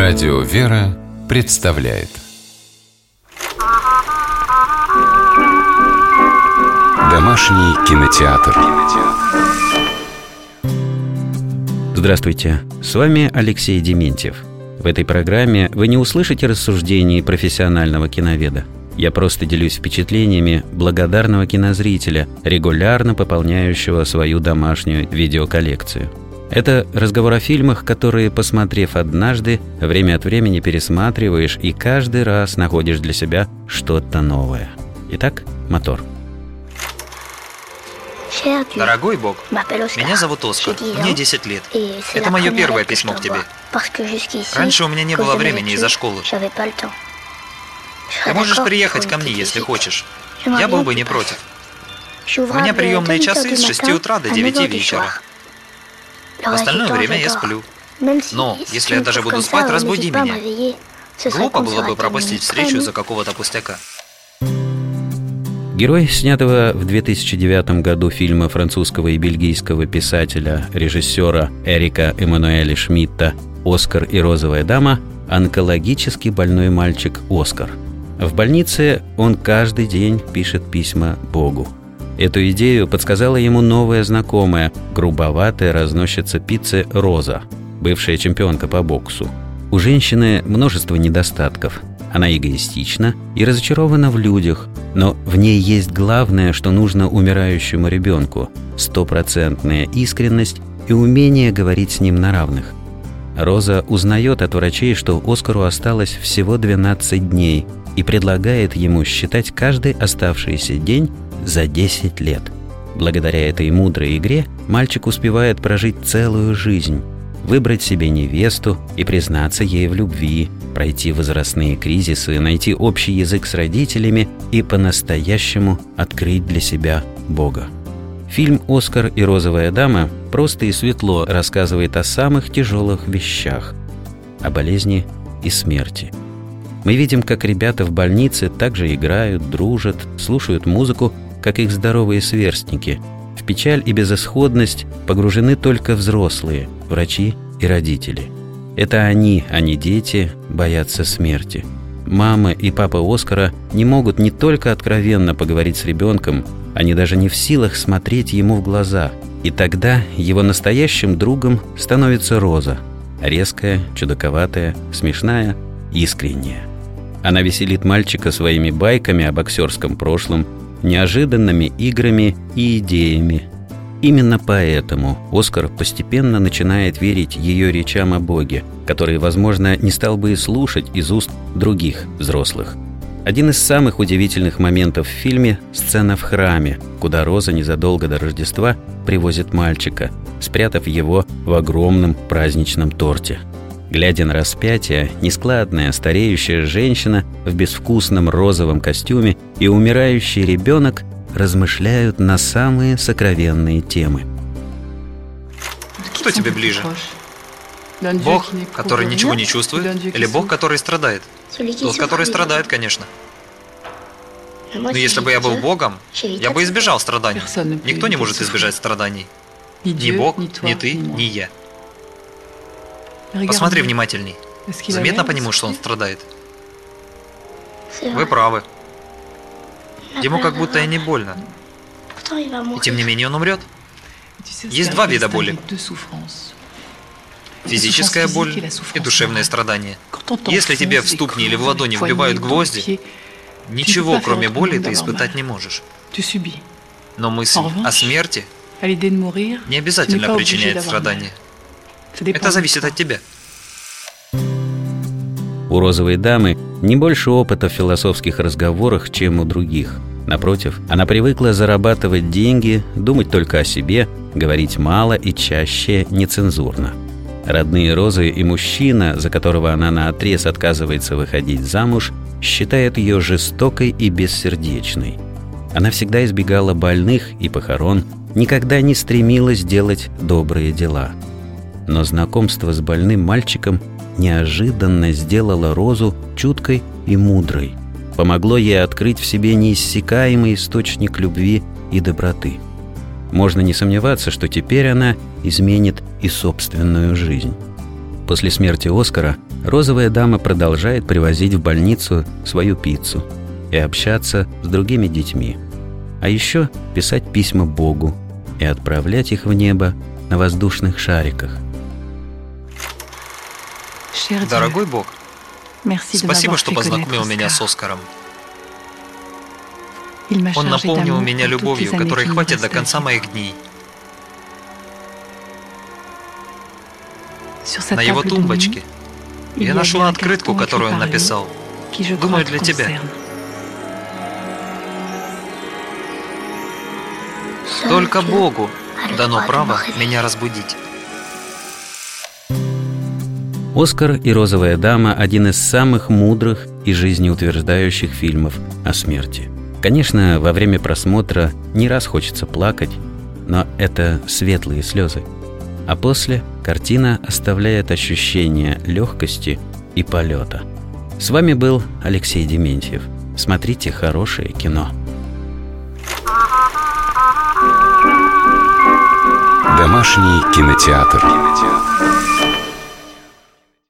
Радио «Вера» представляет Домашний кинотеатр. Здравствуйте, с вами Алексей Дементьев. В этой программе вы не услышите рассуждений профессионального киноведа. Я просто делюсь впечатлениями благодарного кинозрителя, регулярно пополняющего свою домашнюю видеоколлекцию. Это разговор о фильмах, которые, посмотрев однажды, время от времени пересматриваешь и каждый раз находишь для себя что-то новое. Итак, мотор. Дорогой Бог, меня зовут Оскар, мне 10 лет. Это мое первое письмо к тебе. Раньше у меня не было времени из-за школы. Ты можешь приехать ко мне, если хочешь. Я был бы не против. У меня приемные часы с 6 утра до 9 вечера. В остальное время я сплю. Но, если я даже буду спать, разбуди меня. Глупо было бы пропустить встречу из-за какого-то пустяка. Герой, снятого в 2009 году фильма французского и бельгийского писателя, режиссера Эрика Эммануэля Шмидта «Оскар и розовая дама», онкологически больной мальчик Оскар. В больнице он каждый день пишет письма Богу. Эту идею подсказала ему новая знакомая, грубоватая разносчица пиццы Роза, бывшая чемпионка по боксу. У женщины множество недостатков. Она эгоистична и разочарована в людях, но в ней есть главное, что нужно умирающему ребенку – стопроцентная искренность и умение говорить с ним на равных. Роза узнает от врачей, что Оскару осталось всего 12 дней и предлагает ему считать каждый оставшийся день за 10 лет. Благодаря этой мудрой игре мальчик успевает прожить целую жизнь, выбрать себе невесту и признаться ей в любви, пройти возрастные кризисы, найти общий язык с родителями и по-настоящему открыть для себя Бога. Фильм «Оскар и розовая дама» просто и светло рассказывает о самых тяжелых вещах, о болезни и смерти. Мы видим, как ребята в больнице также играют, дружат, слушают музыку, как их здоровые сверстники. В печаль и безысходность погружены только взрослые, врачи и родители. Это они, а не дети, боятся смерти. Мама и папа Оскара не могут не только откровенно поговорить с ребенком, они даже не в силах смотреть ему в глаза. И тогда его настоящим другом становится Роза. Резкая, чудаковатая, смешная, искренняя. Она веселит мальчика своими байками о боксерском прошлом, неожиданными играми и идеями. Именно поэтому Оскар постепенно начинает верить ее речам о Боге, которые, возможно, не стал бы и слушать из уст других взрослых. Один из самых удивительных моментов в фильме – сцена в храме, куда Роза незадолго до Рождества привозит мальчика, спрятав его в огромном праздничном торте. Глядя на распятие, нескладная стареющая женщина в безвкусном розовом костюме и умирающий ребенок размышляют на самые сокровенные темы. Кто тебе ближе? Бог, который ничего не чувствует, или Бог, который страдает? Тот, который страдает, конечно. Но если бы я был Богом, я бы избежал страданий. Никто не может избежать страданий. Ни Бог, ни ты, ни я. Посмотри внимательней. Заметно по нему, что он страдает? Вы правы. Ему как будто и не больно. И тем не менее он умрет. Есть два вида боли. Физическая боль и душевное страдание. Если тебе в ступни или в ладони вбивают гвозди, ничего, кроме боли, ты испытать не можешь. Но мысль о смерти не обязательно причиняет страдания. Это зависит от тебя. У розовой дамы не больше опыта в философских разговорах, чем у других. Напротив, она привыкла зарабатывать деньги, думать только о себе, говорить мало и чаще нецензурно. Родные Розы и мужчина, за которого она наотрез отказывается выходить замуж, считают ее жестокой и бессердечной. Она всегда избегала больных и похорон, никогда не стремилась делать добрые дела. Но знакомство с больным мальчиком неожиданно сделало Розу чуткой и мудрой, помогло ей открыть в себе неиссякаемый источник любви и доброты. Можно не сомневаться, что теперь она изменит и собственную жизнь. После смерти Оскара розовая дама продолжает привозить в больницу свою пиццу и общаться с другими детьми. А еще писать письма Богу и отправлять их в небо на воздушных шариках. Дорогой Бог, спасибо, что познакомил меня с Оскаром. Он наполнил меня любовью, которой хватит до конца моих дней. На его тумбочке я нашла открытку, которую он написал. Думаю, для тебя. Только Богу дано право меня разбудить. «Оскар и розовая дама» — один из самых мудрых и жизнеутверждающих фильмов о смерти. Конечно, во время просмотра не раз хочется плакать, но это светлые слезы. А после картина оставляет ощущение легкости и полета. С вами был Алексей Дементьев. Смотрите хорошее кино. Домашний кинотеатр.